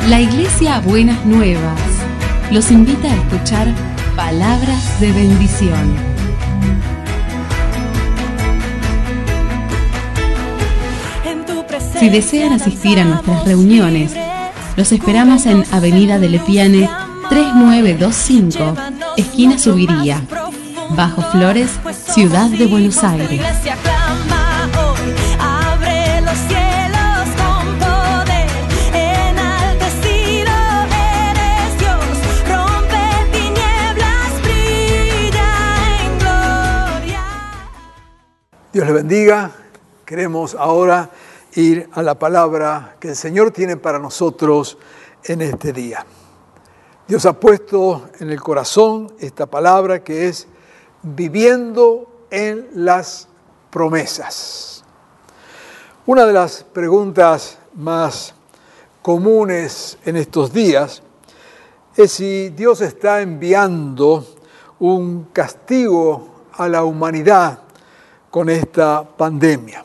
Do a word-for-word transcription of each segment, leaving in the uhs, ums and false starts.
La Iglesia Buenas Nuevas los invita a escuchar Palabras de Bendición. Si desean asistir a nuestras reuniones, los esperamos en Avenida de Lepiane tres nueve dos cinco, esquina Subiría, Bajo Flores, Ciudad de Buenos Aires. Dios le bendiga. Queremos ahora ir a la palabra que el Señor tiene para nosotros en este día. Dios ha puesto en el corazón esta palabra que es viviendo en las promesas. Una de las preguntas más comunes en estos días es si Dios está enviando un castigo a la humanidad con esta pandemia.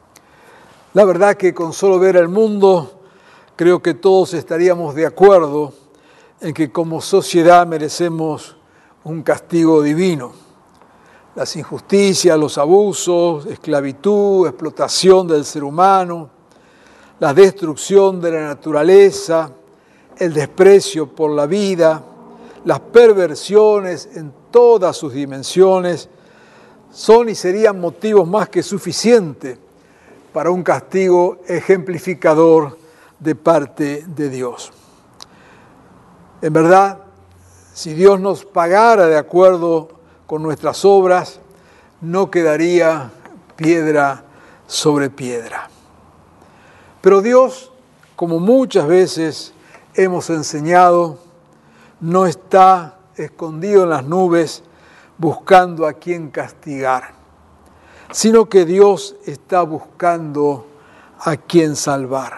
La verdad que con solo ver el mundo, creo que todos estaríamos de acuerdo en que como sociedad merecemos un castigo divino. Las injusticias, los abusos, esclavitud, explotación del ser humano, la destrucción de la naturaleza, el desprecio por la vida, las perversiones en todas sus dimensiones, son y serían motivos más que suficientes para un castigo ejemplificador de parte de Dios. En verdad, si Dios nos pagara de acuerdo con nuestras obras, no quedaría piedra sobre piedra. Pero Dios, como muchas veces hemos enseñado, no está escondido en las nubes buscando a quien castigar, sino que Dios está buscando a quien salvar.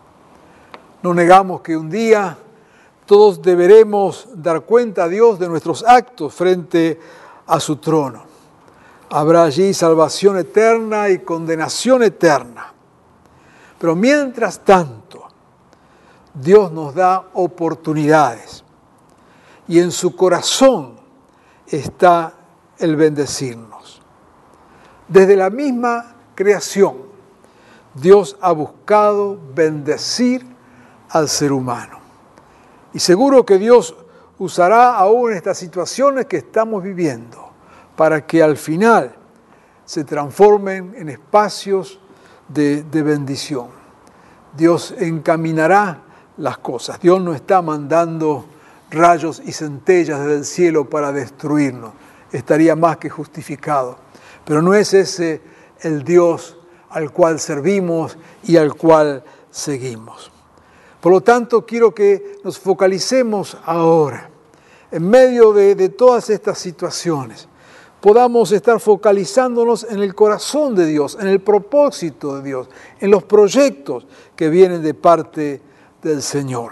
No negamos que un día todos deberemos dar cuenta a Dios de nuestros actos frente a su trono. Habrá allí salvación eterna y condenación eterna. Pero mientras tanto, Dios nos da oportunidades y en su corazón está el bendecirnos. Desde la misma creación, Dios ha buscado bendecir al ser humano. Y seguro que Dios usará aún estas situaciones que estamos viviendo para que al final se transformen en espacios de, de bendición. Dios encaminará las cosas. Dios no está mandando rayos y centellas desde el cielo para destruirnos. Estaría más que justificado. Pero no es ese el Dios al cual servimos y al cual seguimos. Por lo tanto, quiero que nos focalicemos ahora, en medio de, de todas estas situaciones, podamos estar focalizándonos en el corazón de Dios, en el propósito de Dios, en los proyectos que vienen de parte del Señor.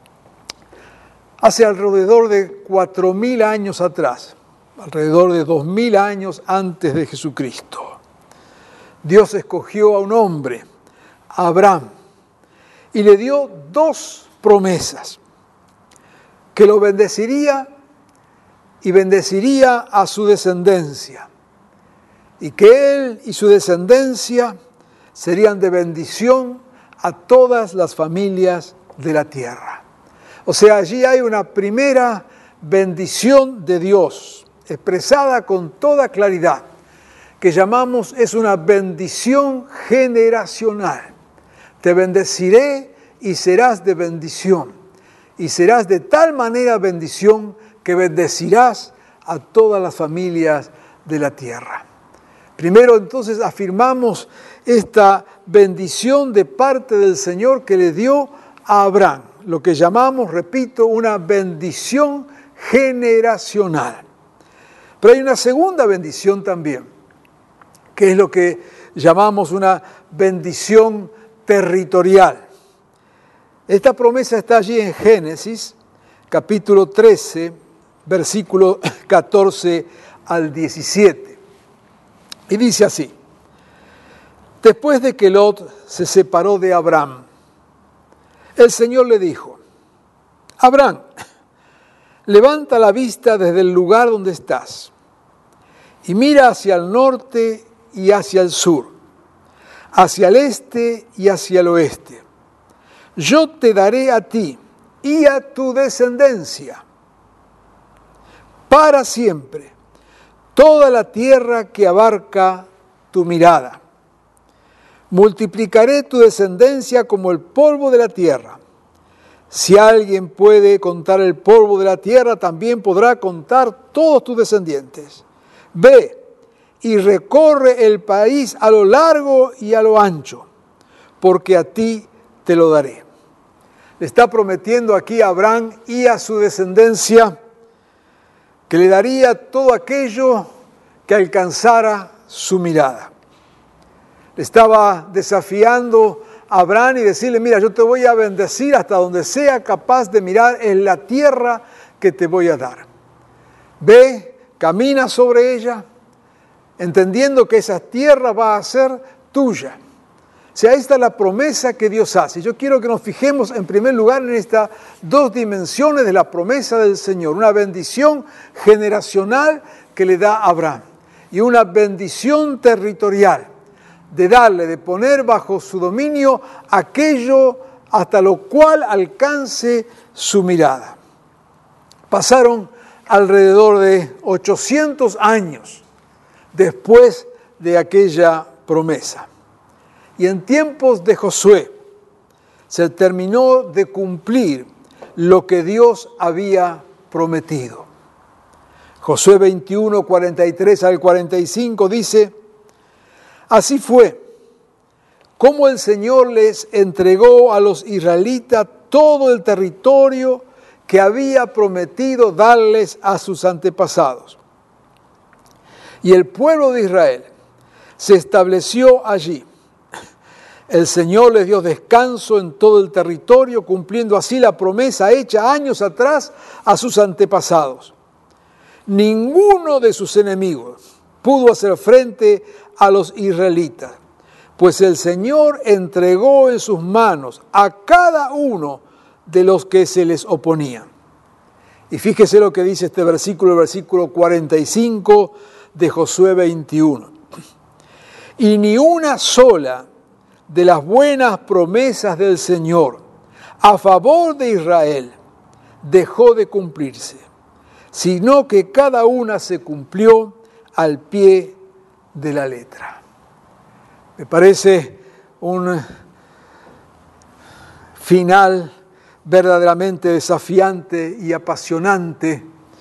Hace alrededor de cuatro mil años atrás, alrededor de dos mil años antes de Jesucristo, Dios escogió a un hombre, a Abraham, y le dio dos promesas, que lo bendeciría y bendeciría a su descendencia, y que él y su descendencia serían de bendición a todas las familias de la tierra. O sea, allí hay una primera bendición de Dios, expresada con toda claridad, que llamamos es una bendición generacional. Te bendeciré y serás de bendición, y serás de tal manera bendición que bendecirás a todas las familias de la tierra. Primero entonces afirmamos esta bendición de parte del Señor que le dio a Abraham, lo que llamamos, repito, una bendición generacional. Pero hay una segunda bendición también, que es lo que llamamos una bendición territorial. Esta promesa está allí en Génesis, capítulo trece, versículo catorce al diecisiete. Y dice así: Después de que Lot se separó de Abraham, el Señor le dijo: Abraham, levanta la vista desde el lugar donde estás y mira hacia el norte y hacia el sur, hacia el este y hacia el oeste. Yo te daré a ti y a tu descendencia para siempre toda la tierra que abarca tu mirada. Multiplicaré tu descendencia como el polvo de la tierra. Si alguien puede contar el polvo de la tierra, también podrá contar todos tus descendientes. Ve y recorre el país a lo largo y a lo ancho, porque a ti te lo daré. Le está prometiendo aquí a Abraham y a su descendencia que le daría todo aquello que alcanzara su mirada. Le estaba desafiando a Abraham y decirle, mira, yo te voy a bendecir hasta donde sea capaz de mirar en la tierra que te voy a dar. Ve, camina sobre ella, entendiendo que esa tierra va a ser tuya. O sea, esta es la promesa que Dios hace. Yo quiero que nos fijemos en primer lugar en estas dos dimensiones de la promesa del Señor. Una bendición generacional que le da a Abraham y una bendición territorial de darle, de poner bajo su dominio aquello hasta lo cual alcance su mirada. Pasaron alrededor de ochocientos años después de aquella promesa. Y en tiempos de Josué se terminó de cumplir lo que Dios había prometido. Josué veintiuno, cuarenta y tres al cuarenta y cinco dice, así fue como el Señor les entregó a los israelitas todo el territorio que había prometido darles a sus antepasados. Y el pueblo de Israel se estableció allí. El Señor les dio descanso en todo el territorio, cumpliendo así la promesa hecha años atrás a sus antepasados. Ninguno de sus enemigos pudo hacer frente a los israelitas, pues el Señor entregó en sus manos a cada uno de los que se les oponían. Y fíjese lo que dice este versículo, el versículo cuarenta y cinco de Josué veintiuno. Y ni una sola de las buenas promesas del Señor a favor de Israel dejó de cumplirse, sino que cada una se cumplió al pie de la letra. Me parece un final verdaderamente desafiante y apasionante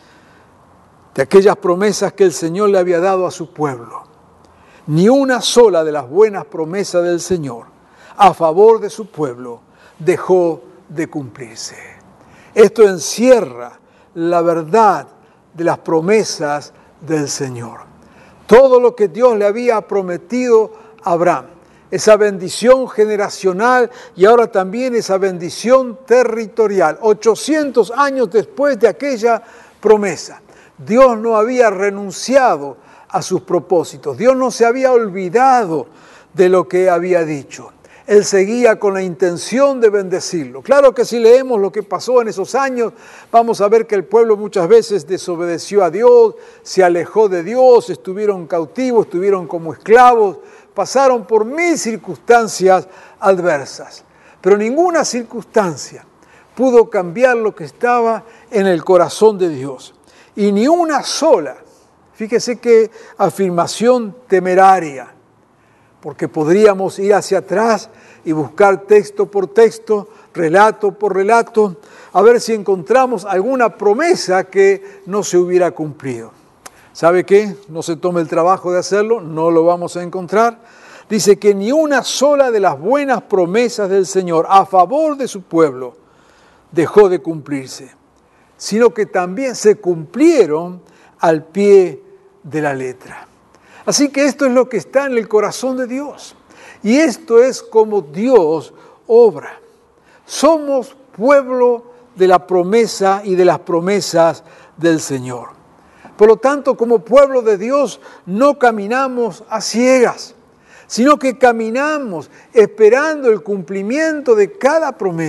de aquellas promesas que el Señor le había dado a su pueblo. Ni una sola de las buenas promesas del Señor a favor de su pueblo dejó de cumplirse. Esto encierra la verdad de las promesas del Señor. Todo lo que Dios le había prometido a Abraham, esa bendición generacional y ahora también esa bendición territorial. ochocientos años después de aquella promesa, Dios no había renunciado a sus propósitos. Dios no se había olvidado de lo que había dicho. Él seguía con la intención de bendecirlo. Claro que si leemos lo que pasó en esos años, vamos a ver que el pueblo muchas veces desobedeció a Dios, se alejó de Dios, estuvieron cautivos, estuvieron como esclavos, pasaron por mil circunstancias adversas. Pero ninguna circunstancia pudo cambiar lo que estaba en el corazón de Dios. Y ni una sola. Fíjese qué afirmación temeraria, porque podríamos ir hacia atrás y buscar texto por texto, relato por relato, a ver si encontramos alguna promesa que no se hubiera cumplido. ¿Sabe qué? No se tome el trabajo de hacerlo, no lo vamos a encontrar. Dice que ni una sola de las buenas promesas del Señor a favor de su pueblo dejó de cumplirse, sino que también se cumplieron al pie de la letra. Así que esto es lo que está en el corazón de Dios. Y esto es como Dios obra. Somos pueblo de la promesa y de las promesas del Señor. Por lo tanto, como pueblo de Dios, no caminamos a ciegas, sino que caminamos esperando el cumplimiento de cada promesa.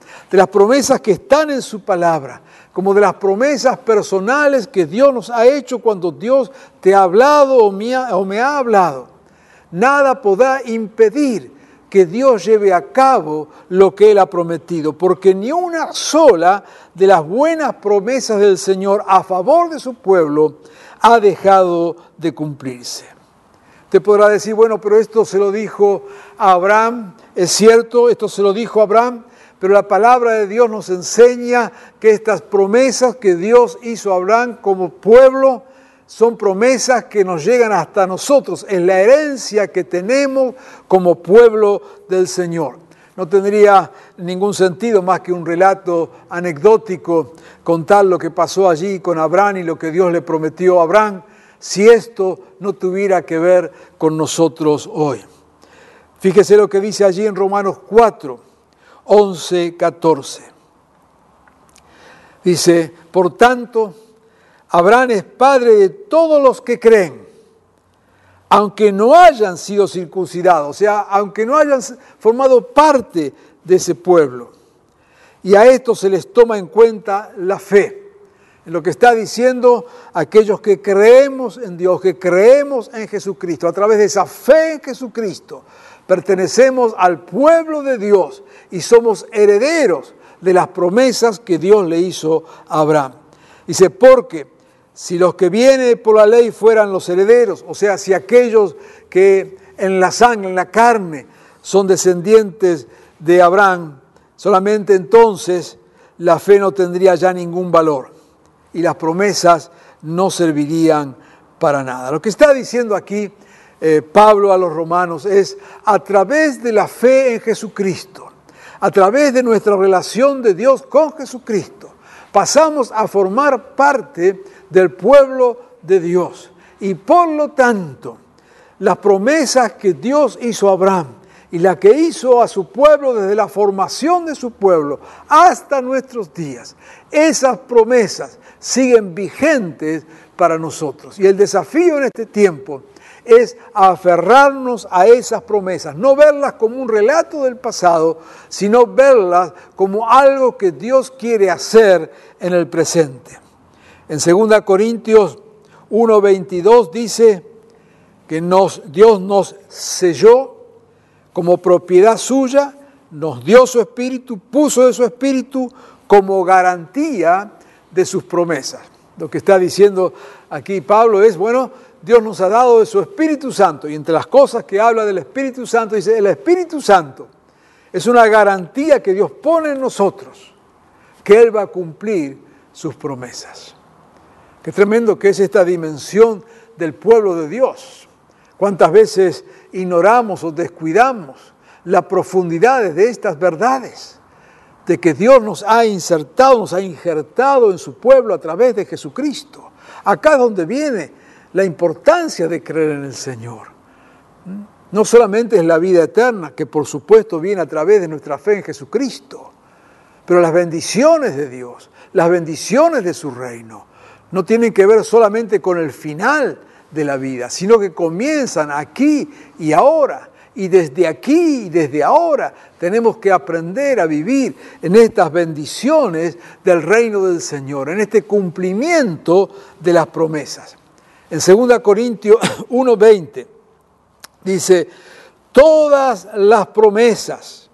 de las promesas que están en su palabra, como de las promesas personales que Dios nos ha hecho cuando Dios te ha hablado o me ha, o me ha hablado. Nada podrá impedir que Dios lleve a cabo lo que Él ha prometido, porque ni una sola de las buenas promesas del Señor a favor de su pueblo ha dejado de cumplirse. Usted podrá decir, bueno, pero esto se lo dijo a Abraham, es cierto, esto se lo dijo a Abraham, pero la palabra de Dios nos enseña que estas promesas que Dios hizo a Abraham como pueblo son promesas que nos llegan hasta nosotros, es la herencia que tenemos como pueblo del Señor. No tendría ningún sentido más que un relato anecdótico contar lo que pasó allí con Abraham y lo que Dios le prometió a Abraham, si esto no tuviera que ver con nosotros hoy. Fíjese lo que dice allí en Romanos cuatro, once, catorce. Dice, por tanto, Abraham es padre de todos los que creen, aunque no hayan sido circuncidados, o sea, aunque no hayan formado parte de ese pueblo. Y a esto se les toma en cuenta la fe. En lo que está diciendo aquellos que creemos en Dios, que creemos en Jesucristo, a través de esa fe en Jesucristo, pertenecemos al pueblo de Dios y somos herederos de las promesas que Dios le hizo a Abraham. Dice, porque si los que vienen por la ley fueran los herederos, o sea, si aquellos que en la sangre, en la carne, son descendientes de Abraham, solamente entonces la fe no tendría ya ningún valor y las promesas no servirían para nada. Lo que está diciendo aquí eh, Pablo a los romanos es, a través de la fe en Jesucristo, a través de nuestra relación de Dios con Jesucristo, pasamos a formar parte del pueblo de Dios. Y por lo tanto, las promesas que Dios hizo a Abraham y las que hizo a su pueblo desde la formación de su pueblo hasta nuestros días, esas promesas siguen vigentes para nosotros. Y el desafío en este tiempo es aferrarnos a esas promesas, no verlas como un relato del pasado, sino verlas como algo que Dios quiere hacer en el presente. En segunda Corintios uno veintidós dice que nos, Dios nos selló como propiedad suya, nos dio su espíritu, puso de su espíritu como garantía de sus promesas. Lo que está diciendo aquí Pablo es, bueno, Dios nos ha dado de su Espíritu Santo, y entre las cosas que habla del Espíritu Santo, dice, el Espíritu Santo es una garantía que Dios pone en nosotros, que Él va a cumplir sus promesas. Qué tremendo que es esta dimensión del pueblo de Dios. Cuántas veces ignoramos o descuidamos las profundidades de estas verdades, de que Dios nos ha insertado, nos ha injertado en su pueblo a través de Jesucristo. Acá es donde viene la importancia de creer en el Señor. No solamente es la vida eterna, que por supuesto viene a través de nuestra fe en Jesucristo, pero las bendiciones de Dios, las bendiciones de su reino, no tienen que ver solamente con el final de la vida, sino que comienzan aquí y ahora. Y desde aquí y desde ahora tenemos que aprender a vivir en estas bendiciones del reino del Señor, en este cumplimiento de las promesas. En segunda Corintios uno veinte dice, todas las promesas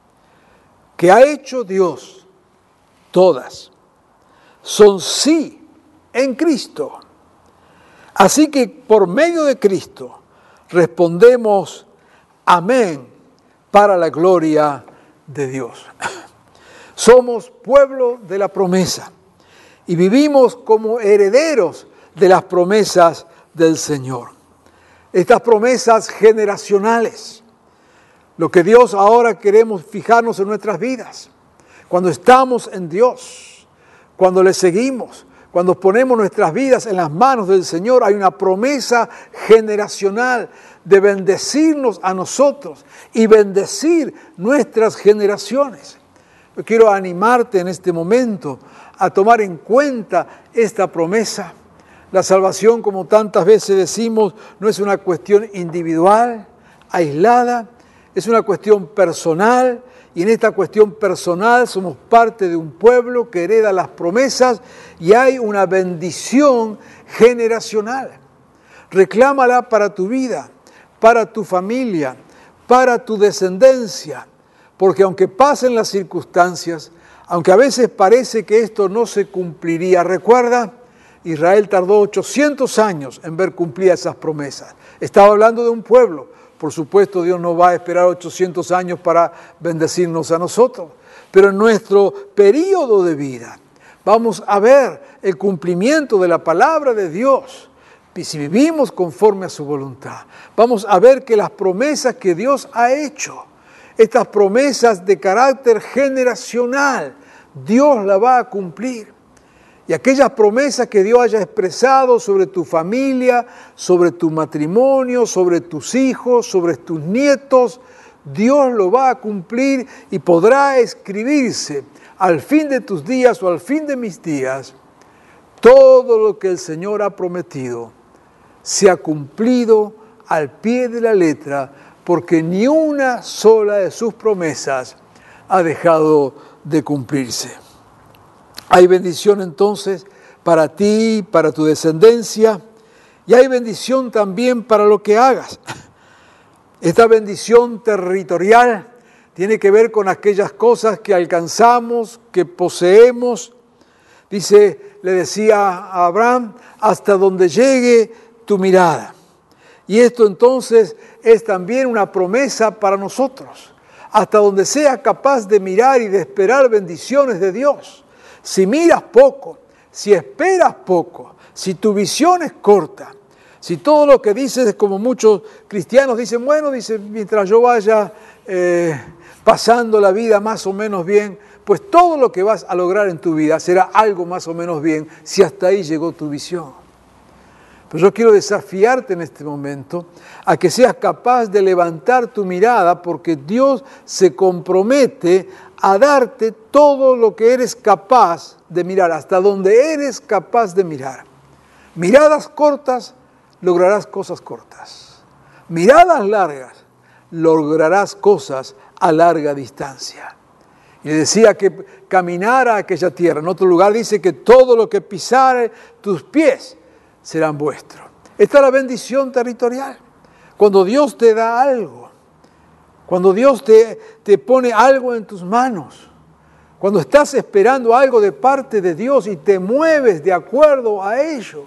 que ha hecho Dios, todas, son sí en Cristo. Así que por medio de Cristo respondemos amén para la gloria de Dios. Somos pueblo de la promesa y vivimos como herederos de las promesas del Señor. Estas promesas generacionales, lo que Dios ahora queremos fijarnos en nuestras vidas. Cuando estamos en Dios, cuando le seguimos, cuando ponemos nuestras vidas en las manos del Señor, hay una promesa generacional de bendecirnos a nosotros y bendecir nuestras generaciones. Yo quiero animarte en este momento a tomar en cuenta esta promesa. La salvación, como tantas veces decimos, no es una cuestión individual, aislada, Es una cuestión personal, y en esta cuestión personal somos parte de un pueblo que hereda las promesas y hay una bendición generacional. Reclámala para tu vida, para tu familia, para tu descendencia, porque aunque pasen las circunstancias, aunque a veces parece que esto no se cumpliría, recuerda, Israel tardó ochocientos años en ver cumplidas esas promesas. Estaba hablando de un pueblo. Por supuesto, Dios no va a esperar ochocientos años para bendecirnos a nosotros, pero en nuestro periodo de vida vamos a ver el cumplimiento de la palabra de Dios. Y si vivimos conforme a su voluntad, vamos a ver que las promesas que Dios ha hecho, estas promesas de carácter generacional, Dios las va a cumplir. Y aquellas promesas que Dios haya expresado sobre tu familia, sobre tu matrimonio, sobre tus hijos, sobre tus nietos, Dios lo va a cumplir y podrá escribirse al fin de tus días o al fin de mis días. Todo lo que el Señor ha prometido se ha cumplido al pie de la letra, porque ni una sola de sus promesas ha dejado de cumplirse. Hay bendición entonces para ti, para tu descendencia, y hay bendición también para lo que hagas. Esta bendición territorial tiene que ver con aquellas cosas que alcanzamos, que poseemos. Dice, le decía a Abraham, hasta donde llegue tu mirada. Y esto entonces es también una promesa para nosotros. Hasta donde seas capaz de mirar y de esperar bendiciones de Dios. Si miras poco, si esperas poco, si tu visión es corta, si todo lo que dices es como muchos cristianos dicen, bueno, dice, mientras yo vaya eh, pasando la vida más o menos bien, pues todo lo que vas a lograr en tu vida será algo más o menos bien si hasta ahí llegó tu visión. Pero yo quiero desafiarte en este momento a que seas capaz de levantar tu mirada, porque Dios se compromete a darte todo lo que eres capaz de mirar, hasta donde eres capaz de mirar. Miradas cortas, lograrás cosas cortas. Miradas largas, lograrás cosas a larga distancia. Y le decía que caminara a aquella tierra. En otro lugar dice que todo lo que pisare tus pies serán vuestros. Esta es la bendición territorial. Cuando Dios te da algo, cuando Dios te, te pone algo en tus manos, cuando estás esperando algo de parte de Dios y te mueves de acuerdo a ello,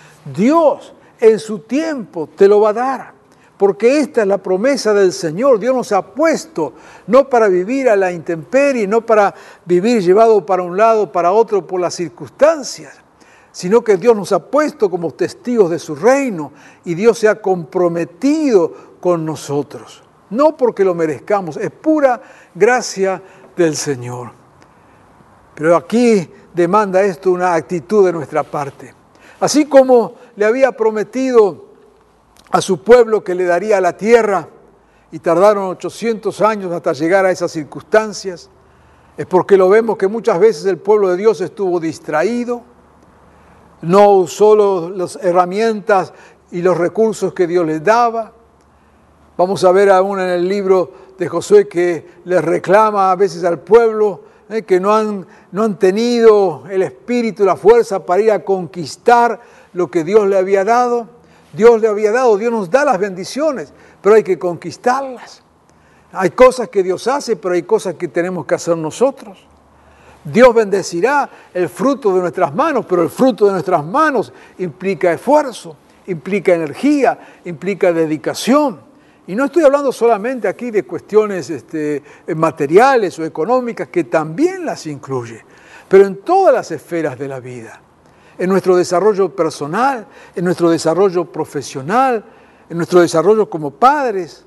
Dios en su tiempo te lo va a dar. Porque esta es la promesa del Señor. Dios nos ha puesto no para vivir a la intemperie, no para vivir llevado para un lado, para otro por las circunstancias, sino que Dios nos ha puesto como testigos de su reino y Dios se ha comprometido con nosotros. No porque lo merezcamos, es pura gracia del Señor. Pero aquí demanda esto una actitud de nuestra parte. Así como le había prometido a su pueblo que le daría la tierra y tardaron ochocientos años hasta llegar a esas circunstancias, es porque lo vemos que muchas veces el pueblo de Dios estuvo distraído, no usó las herramientas y los recursos que Dios les daba. Vamos a ver aún en el libro de Josué que les reclama a veces al pueblo eh, que no han, no han tenido el espíritu y la fuerza para ir a conquistar lo que Dios le había dado. Dios le había dado, Dios nos da las bendiciones, pero hay que conquistarlas. Hay cosas que Dios hace, pero hay cosas que tenemos que hacer nosotros. Dios bendecirá el fruto de nuestras manos, pero el fruto de nuestras manos implica esfuerzo, implica energía, implica dedicación. Y no estoy hablando solamente aquí de cuestiones este, materiales o económicas, que también las incluye, pero en todas las esferas de la vida. En nuestro desarrollo personal, en nuestro desarrollo profesional, en nuestro desarrollo como padres.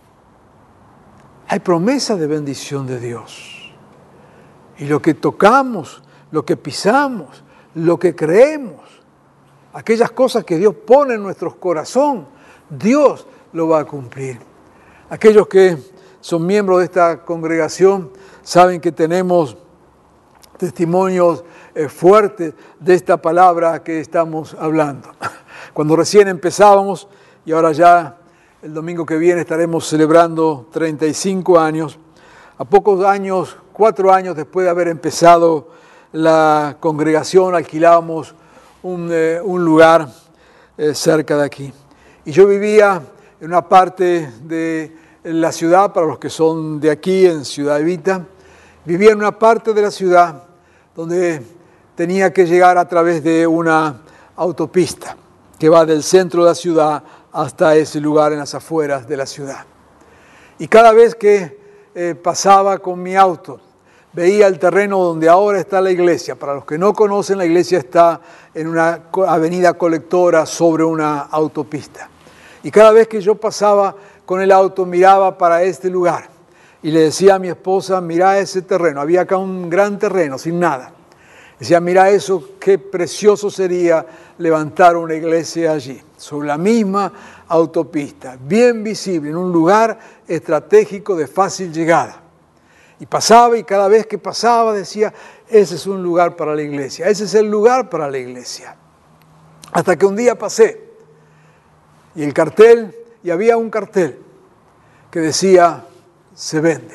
Hay promesa de bendición de Dios. Y lo que tocamos, lo que pisamos, lo que creemos, aquellas cosas que Dios pone en nuestro corazón, Dios lo va a cumplir. Aquellos que son miembros de esta congregación saben que tenemos testimonios eh, fuertes de esta palabra que estamos hablando. Cuando recién empezábamos y ahora ya El domingo que viene estaremos celebrando treinta y cinco años. A pocos años, cuatro años después de haber empezado la congregación, alquilábamos un, eh, un lugar eh, cerca de aquí. Y yo vivía en una parte de la ciudad, para los que son de aquí, en Ciudad Evita. Vivía en una parte de la ciudad donde tenía que llegar a través de una autopista que va del centro de la ciudad hasta ese lugar en las afueras de la ciudad. Y cada vez que eh, pasaba con mi auto, veía el terreno donde ahora está la iglesia. Para los que no conocen, la iglesia está en una avenida colectora sobre una autopista. Y cada vez que yo pasaba con el auto, miraba para este lugar y le decía a mi esposa, mira ese terreno. Había acá un gran terreno, sin nada. Decía, mira eso, qué precioso sería levantar una iglesia allí, sobre la misma autopista, bien visible, en un lugar estratégico de fácil llegada. Y pasaba, y cada vez que pasaba decía, ese es un lugar para la iglesia, ese es el lugar para la iglesia. Hasta que un día pasé, y el cartel, y había un cartel que decía, se vende.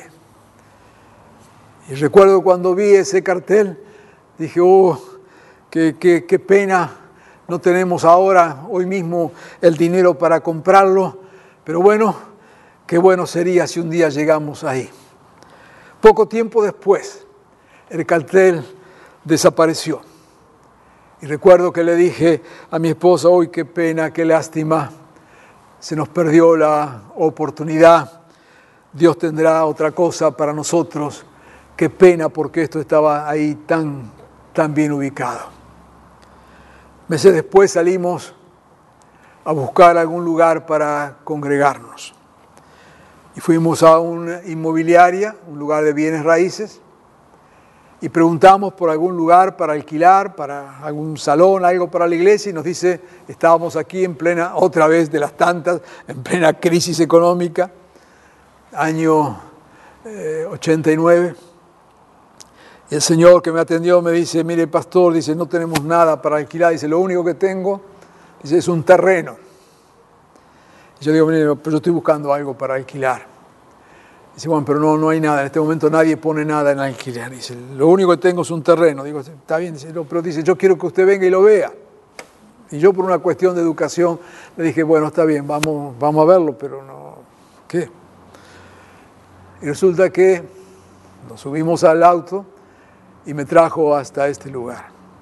Y recuerdo cuando vi ese cartel, dije, oh, qué, qué, qué pena, no tenemos ahora, hoy mismo, el dinero para comprarlo, pero bueno, qué bueno sería si un día llegamos ahí. Poco tiempo después, el cartel desapareció. Y recuerdo que le dije a mi esposa, uy, qué pena, qué lástima, se nos perdió la oportunidad, Dios tendrá otra cosa para nosotros, qué pena porque esto estaba ahí tan, tan bien ubicado. Meses después salimos a buscar algún lugar para congregarnos. Y fuimos a una inmobiliaria, un lugar de bienes raíces, y preguntamos por algún lugar para alquilar, para algún salón, algo para la iglesia, y nos dice, estábamos aquí en plena, otra vez de las tantas, en plena crisis económica, año eh, ochenta y nueve. Y el señor que me atendió me dice, mire pastor, dice, no tenemos nada para alquilar, dice, lo único que tengo, dice, es un terreno. Y yo digo, mire, pero yo estoy buscando algo para alquilar. Dice, bueno, pero no, no hay nada, en este momento nadie pone nada en alquiler. Dice, lo único que tengo es un terreno. Digo, está bien, dice, no, pero dice, yo quiero que usted venga y lo vea. Y yo por una cuestión de educación le dije, bueno, está bien, vamos, vamos a verlo, pero no, ¿qué? Y resulta que nos subimos al auto y me trajo hasta este lugar.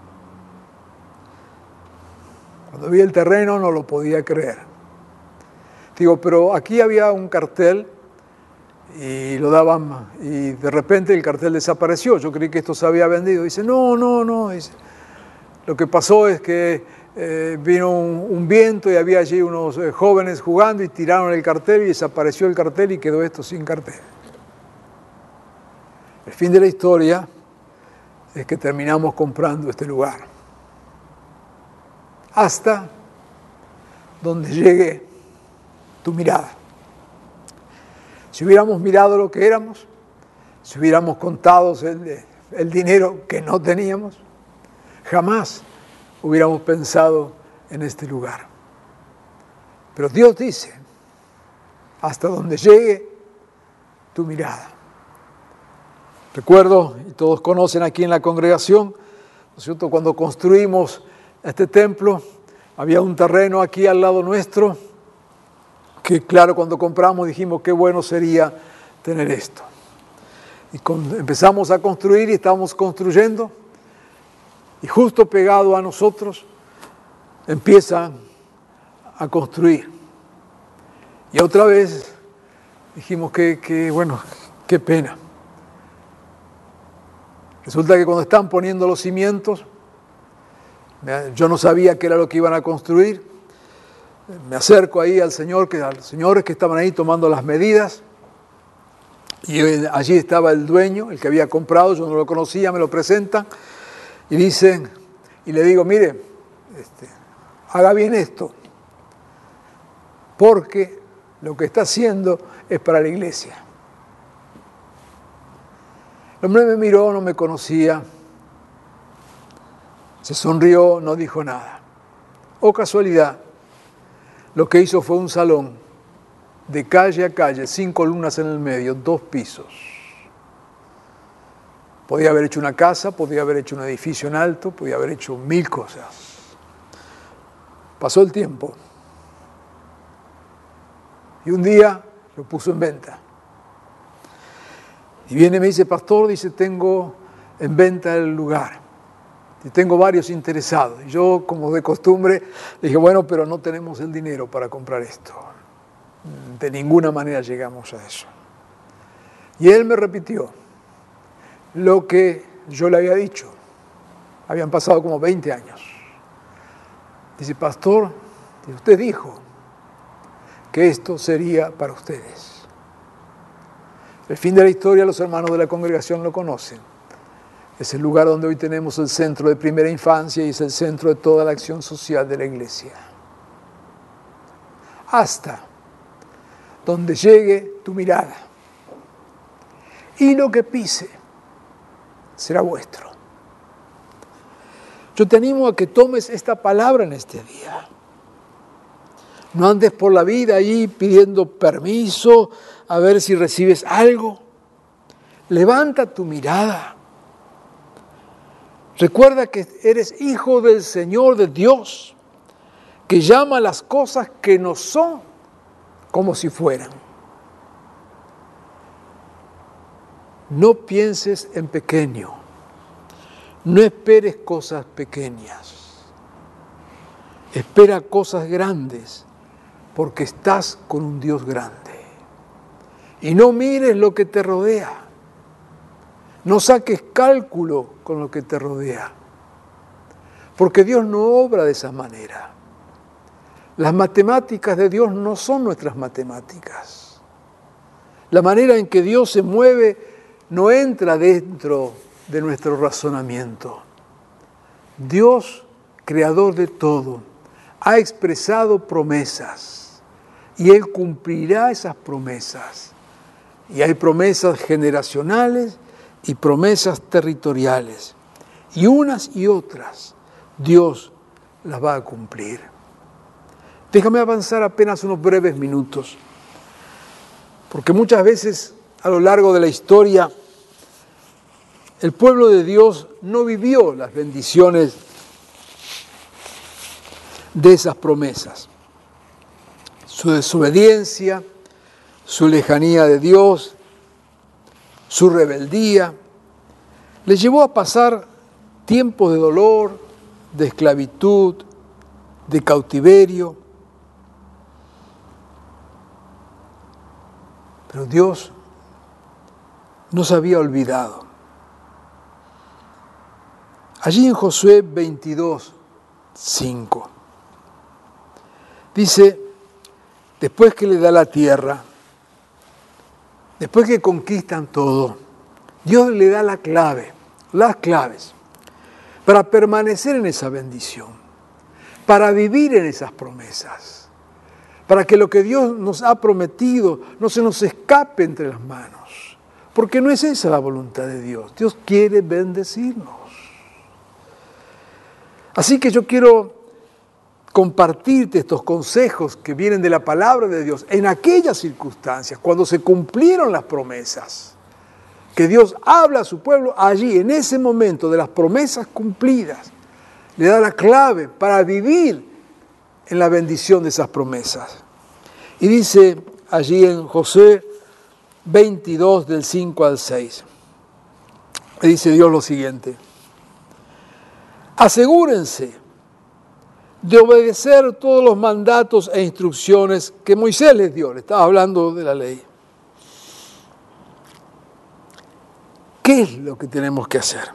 Cuando vi el terreno no lo podía creer. Digo, pero aquí había un cartel y lo daban, y de repente el cartel desapareció. Yo creí que esto se había vendido. Dice, no, no, no. Dice, lo que pasó es que eh, vino un, un viento y había allí unos eh, jóvenes jugando y tiraron el cartel y desapareció el cartel y quedó esto sin cartel. El fin de la historia es que terminamos comprando este lugar. Hasta donde llegue tu mirada. Si hubiéramos mirado lo que éramos, si hubiéramos contado el, el dinero que no teníamos, jamás hubiéramos pensado en este lugar. Pero Dios dice, hasta donde llegue tu mirada. Recuerdo, y todos conocen aquí en la congregación, ¿no es cierto?, cuando construimos este templo, había un terreno aquí al lado nuestro, que claro, cuando compramos dijimos qué bueno sería tener esto. Y con, empezamos a construir y estábamos construyendo, y justo pegado a nosotros empiezan a construir. Y otra vez dijimos que, que bueno, qué pena. Resulta que cuando están poniendo los cimientos, yo no sabía qué era lo que iban a construir. Me acerco ahí al señor, que, a los señores que estaban ahí tomando las medidas, y allí estaba el dueño, el que había comprado, yo no lo conocía, me lo presentan, y dicen, y le digo, mire, este, haga bien esto, porque lo que está haciendo es para la iglesia. El hombre me miró, no me conocía, se sonrió, no dijo nada. Oh casualidad, lo que hizo fue un salón de calle a calle, sin columnas en el medio, dos pisos. Podía haber hecho una casa, podía haber hecho un edificio en alto, podía haber hecho mil cosas. Pasó el tiempo y un día lo puso en venta. Y viene y me dice, pastor, dice, tengo en venta el lugar y tengo varios interesados. Y yo, como de costumbre, dije, bueno, pero no tenemos el dinero para comprar esto. De ninguna manera llegamos a eso. Y él me repitió lo que yo le había dicho. Habían pasado como veinte años. Dice, pastor, usted dijo que esto sería para ustedes. El fin de la historia, los hermanos de la congregación lo conocen. Es el lugar donde hoy tenemos el centro de primera infancia y es el centro de toda la acción social de la iglesia. Hasta donde llegue tu mirada. Y lo que pise será vuestro. Yo te animo a que tomes esta palabra en este día. No andes por la vida ahí pidiendo permiso a ver si recibes algo. Levanta tu mirada. Recuerda que eres hijo del Señor, de Dios, que llama las cosas que no son como si fueran. No pienses en pequeño. No esperes cosas pequeñas. Espera cosas grandes, porque estás con un Dios grande. Y no mires lo que te rodea. No saques cálculo con lo que te rodea. Porque Dios no obra de esa manera. Las matemáticas de Dios no son nuestras matemáticas. La manera en que Dios se mueve no entra dentro de nuestro razonamiento. Dios, creador de todo, ha expresado promesas y Él cumplirá esas promesas. Y hay promesas generacionales y promesas territoriales. Y unas y otras Dios las va a cumplir. Déjame avanzar apenas unos breves minutos, porque muchas veces a lo largo de la historia el pueblo de Dios no vivió las bendiciones de esas promesas. Su desobediencia, su lejanía de Dios, su rebeldía, les llevó a pasar tiempos de dolor, de esclavitud, de cautiverio. Pero Dios no se había olvidado. Allí en Josué veintidós, cinco, dice, después que le da la tierra, después que conquistan todo, Dios le da la clave, las claves, para permanecer en esa bendición, para vivir en esas promesas, para que lo que Dios nos ha prometido no se nos escape entre las manos, porque no es esa la voluntad de Dios. Dios quiere bendecirnos. Así que yo quiero compartirte estos consejos que vienen de la palabra de Dios en aquellas circunstancias, cuando se cumplieron las promesas, que Dios habla a su pueblo allí, en ese momento de las promesas cumplidas, le da la clave para vivir en la bendición de esas promesas. Y dice allí en Josué veintidós, del cinco al seis, dice Dios lo siguiente: asegúrense de obedecer todos los mandatos e instrucciones que Moisés les dio. Le estaba hablando de la ley. ¿Qué es lo que tenemos que hacer?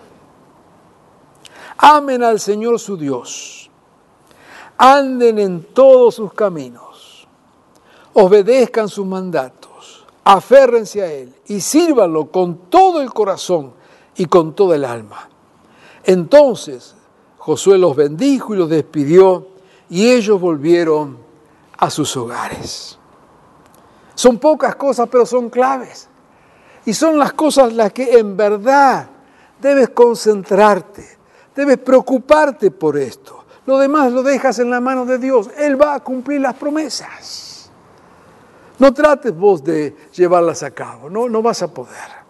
Amen al Señor su Dios. Anden en todos sus caminos. Obedezcan sus mandatos. Aférrense a Él y sírvanlo con todo el corazón y con toda el alma. Entonces Josué los bendijo y los despidió, y ellos volvieron a sus hogares. Son pocas cosas, pero son claves. Y son las cosas las que en verdad debes concentrarte, debes preocuparte por esto. Lo demás lo dejas en la mano de Dios. Él va a cumplir las promesas. No trates vos de llevarlas a cabo, no, no vas a poder.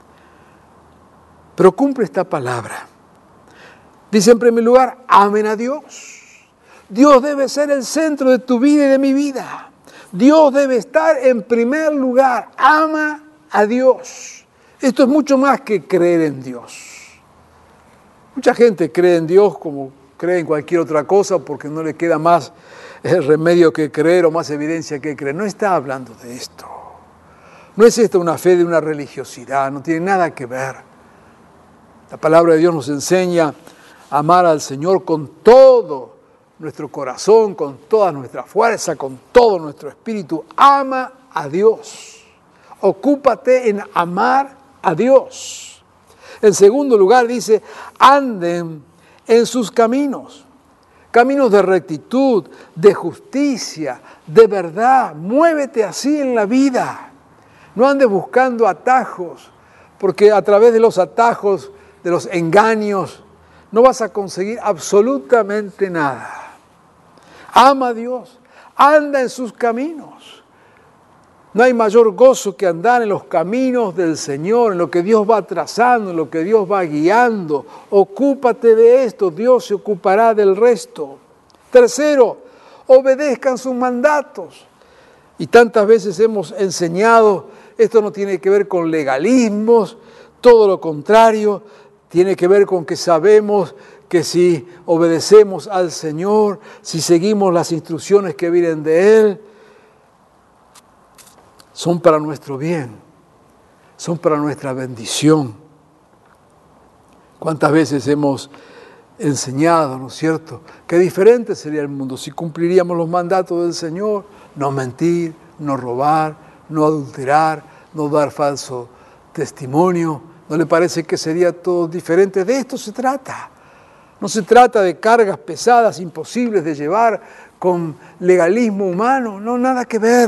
Pero cumple esta palabra. Dice en primer lugar, amen a Dios. Dios debe ser el centro de tu vida y de mi vida. Dios debe estar en primer lugar. Ama a Dios. Esto es mucho más que creer en Dios. Mucha gente cree en Dios como cree en cualquier otra cosa porque no le queda más remedio que creer o más evidencia que creer. No está hablando de esto. No es esta una fe de una religiosidad, no tiene nada que ver. La palabra de Dios nos enseña a amar al Señor con todo nuestro corazón, con toda nuestra fuerza, con todo nuestro espíritu. Ama a Dios. Ocúpate en amar a Dios. En segundo lugar dice, anden en sus caminos. Caminos de rectitud, de justicia, de verdad. Muévete así en la vida. No andes buscando atajos, porque a través de los atajos, de los engaños, no vas a conseguir absolutamente nada. Ama a Dios, anda en sus caminos. No hay mayor gozo que andar en los caminos del Señor, en lo que Dios va trazando, en lo que Dios va guiando. Ocúpate de esto, Dios se ocupará del resto. Tercero, obedezcan sus mandatos. Y tantas veces hemos enseñado, esto no tiene que ver con legalismos, todo lo contrario, tiene que ver con que sabemos que si obedecemos al Señor, si seguimos las instrucciones que vienen de Él, son para nuestro bien, son para nuestra bendición. ¿Cuántas veces hemos enseñado, ¿no es cierto?, qué diferente sería el mundo si cumpliríamos los mandatos del Señor? No mentir, no robar, no adulterar, no dar falso testimonio. ¿No le parece que sería todo diferente? De esto se trata. No se trata de cargas pesadas, imposibles de llevar con legalismo humano, no, nada que ver.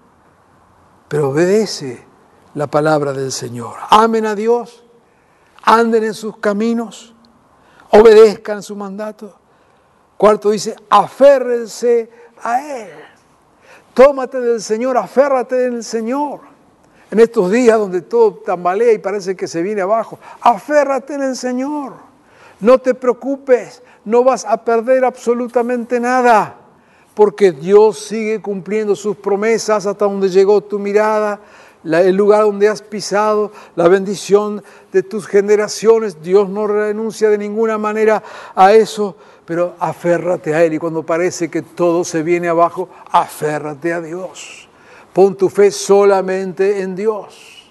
Pero obedece la palabra del Señor. Amen a Dios, anden en sus caminos, obedezcan su mandato. Cuarto dice, aférrense a Él. Tómate del Señor, aférrate del Señor. En estos días donde todo tambalea y parece que se viene abajo, aférrate en el Señor. No te preocupes, no vas a perder absolutamente nada, porque Dios sigue cumpliendo sus promesas hasta donde llegó tu mirada, la, el lugar donde has pisado, la bendición de tus generaciones. Dios no renuncia de ninguna manera a eso, pero aférrate a Él. Y cuando parece que todo se viene abajo, aférrate a Dios. Pon tu fe solamente en Dios.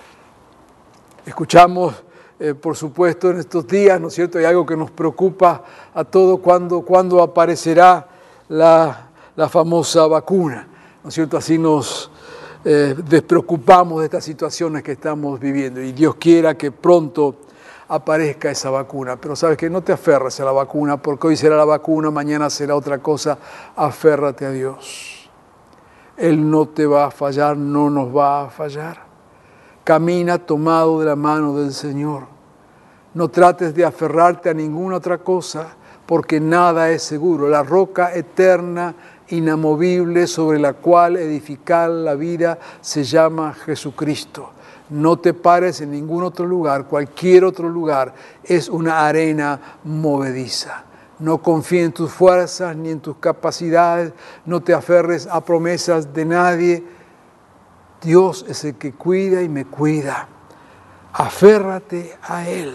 Escuchamos, eh, por supuesto, en estos días, ¿no es cierto?, hay algo que nos preocupa a todos, cuando, cuando aparecerá la, la famosa vacuna, ¿no es cierto? Así nos eh, despreocupamos de estas situaciones que estamos viviendo y Dios quiera que pronto aparezca esa vacuna. Pero sabes que no te aferres a la vacuna, porque hoy será la vacuna, mañana será otra cosa. Aférrate a Dios. Él no te va a fallar, no nos va a fallar. Camina tomado de la mano del Señor. No trates de aferrarte a ninguna otra cosa, porque nada es seguro. La roca eterna, inamovible, sobre la cual edificar la vida, se llama Jesucristo. No te pares en ningún otro lugar, cualquier otro lugar es una arena movediza. No confíes en tus fuerzas ni en tus capacidades, no te aferres a promesas de nadie. Dios es el que cuida y me cuida. Aférrate a Él.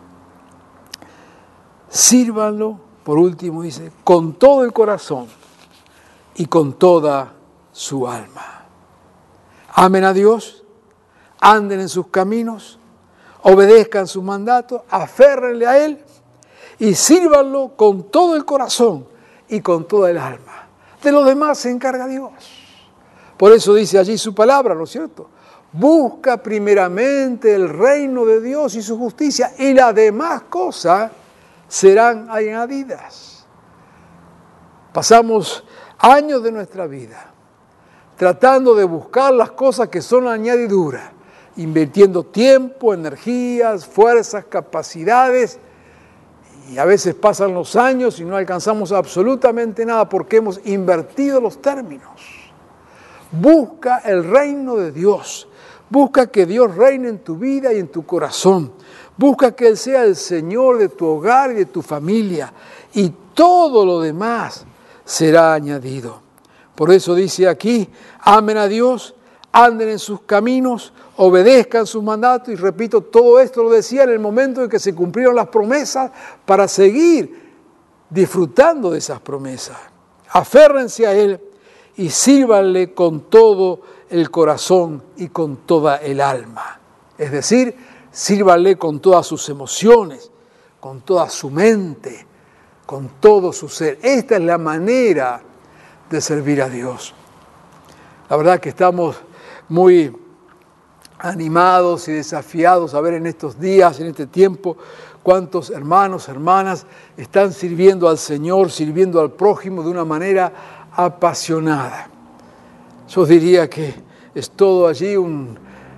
Sírvanlo, por último dice, con todo el corazón y con toda su alma. Amen a Dios, anden en sus caminos, obedezcan sus mandatos, aférrenle a Él y sírvanlo con todo el corazón y con toda el alma. De lo demás se encarga Dios. Por eso dice allí su palabra, ¿no es cierto? Busca primeramente el reino de Dios y su justicia, y las demás cosas serán añadidas. Pasamos años de nuestra vida tratando de buscar las cosas que son añadiduras, invirtiendo tiempo, energías, fuerzas, capacidades, y a veces pasan los años y no alcanzamos absolutamente nada porque hemos invertido los términos. Busca el reino de Dios. Busca que Dios reine en tu vida y en tu corazón. Busca que Él sea el Señor de tu hogar y de tu familia. Y todo lo demás será añadido. Por eso dice aquí, amen a Dios, anden en sus caminos, obedezcan sus mandatos. Y repito, todo esto lo decía en el momento en que se cumplieron las promesas para seguir disfrutando de esas promesas. Aférrense a Él y sírvanle con todo el corazón y con toda el alma. Es decir, sírvanle con todas sus emociones, con toda su mente, con todo su ser. Esta es la manera de servir a Dios. La verdad que estamos muy animados y desafiados a ver en estos días, en este tiempo, cuántos hermanos, hermanas están sirviendo al Señor, sirviendo al prójimo de una manera apasionada. Yo diría que es todo allí un,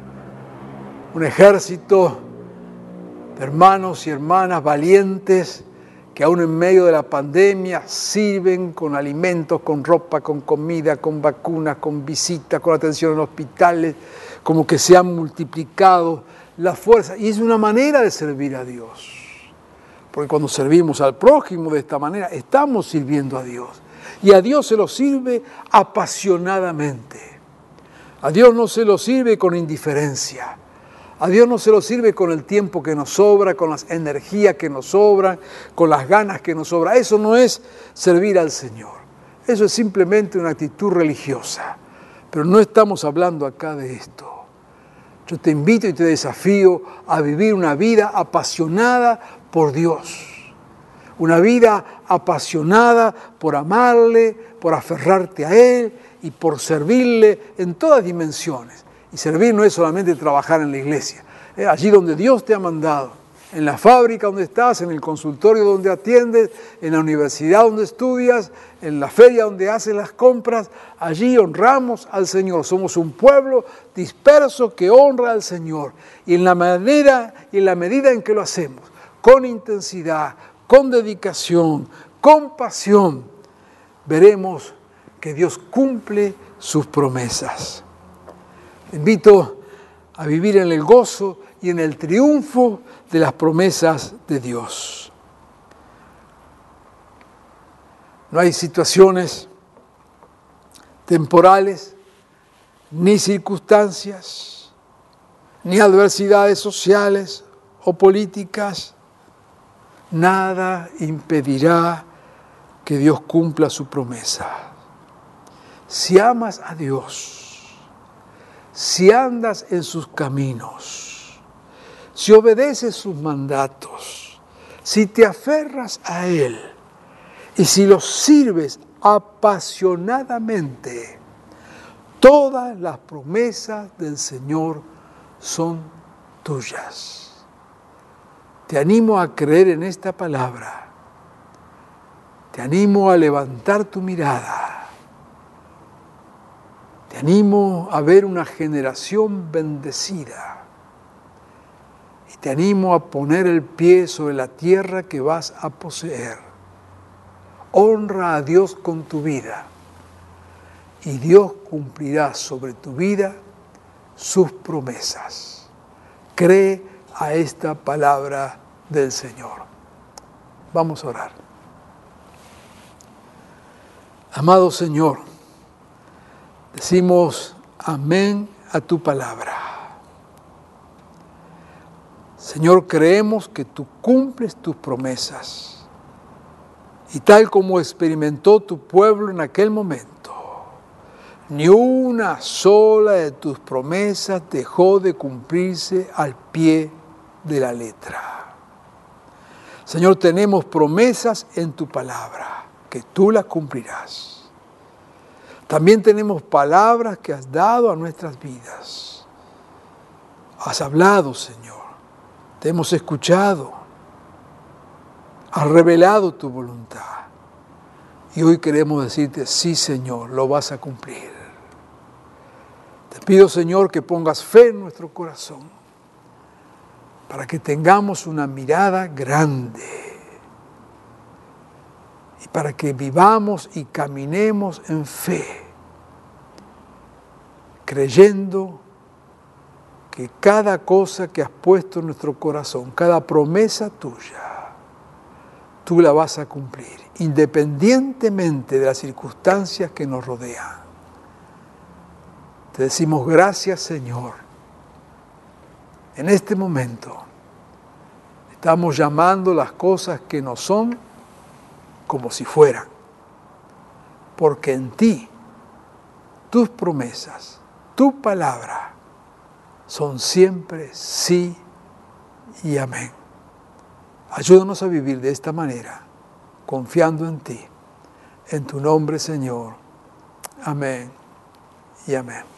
un ejército de hermanos y hermanas valientes que aún en medio de la pandemia sirven con alimentos, con ropa, con comida, con vacunas, con visitas, con atención en hospitales, como que se han multiplicado las fuerzas. Y es una manera de servir a Dios. Porque cuando servimos al prójimo de esta manera, estamos sirviendo a Dios. Y a Dios se lo sirve apasionadamente. A Dios no se lo sirve con indiferencia. A Dios no se lo sirve con el tiempo que nos sobra, con las energías que nos sobran, con las ganas que nos sobran. Eso no es servir al Señor. Eso es simplemente una actitud religiosa. Pero no estamos hablando acá de esto. Yo te invito y te desafío a vivir una vida apasionada por Dios. Una vida apasionada por amarle, por aferrarte a Él y por servirle en todas dimensiones. Y servir no es solamente trabajar en la iglesia, eh, allí donde Dios te ha mandado, en la fábrica donde estás, en el consultorio donde atiendes, en la universidad donde estudias, en la feria donde haces las compras, allí honramos al Señor. Somos un pueblo disperso que honra al Señor. Y en la manera y en la medida en que lo hacemos, con intensidad, con dedicación, con pasión, veremos que Dios cumple sus promesas. Te invito a vivir en el gozo y en el triunfo de las promesas de Dios. No hay situaciones temporales, ni circunstancias, ni adversidades sociales o políticas. Nada impedirá que Dios cumpla su promesa. Si amas a Dios, si andas en sus caminos, si obedeces sus mandatos, si te aferras a Él y si lo sirves apasionadamente, todas las promesas del Señor son tuyas. Te animo a creer en esta palabra. Te animo a levantar tu mirada. Te animo a ver una generación bendecida. Y te animo a poner el pie sobre la tierra que vas a poseer. Honra a Dios con tu vida. Y Dios cumplirá sobre tu vida sus promesas. Cree a esta palabra del Señor. Vamos a orar. Amado Señor, decimos amén a tu palabra. Señor, creemos que tú cumples tus promesas. Y tal como experimentó tu pueblo en aquel momento, ni una sola de tus promesas dejó de cumplirse al pie de la letra. Señor, tenemos promesas en tu palabra, que tú las cumplirás. También tenemos palabras que has dado a nuestras vidas. Has hablado, Señor. Te hemos escuchado. Has revelado tu voluntad. Y hoy queremos decirte, sí, Señor, lo vas a cumplir. Te pido, Señor, que pongas fe en nuestro corazón para que tengamos una mirada grande y para que vivamos y caminemos en fe creyendo que cada cosa que has puesto en nuestro corazón, cada promesa tuya, tú la vas a cumplir, independientemente de las circunstancias que nos rodean. Te decimos gracias, Señor. En este momento estamos llamando las cosas que no son como si fueran, porque en ti, tus promesas, tu palabra, son siempre sí y amén. Ayúdanos a vivir de esta manera, confiando en ti. En tu nombre, Señor. Amén y amén.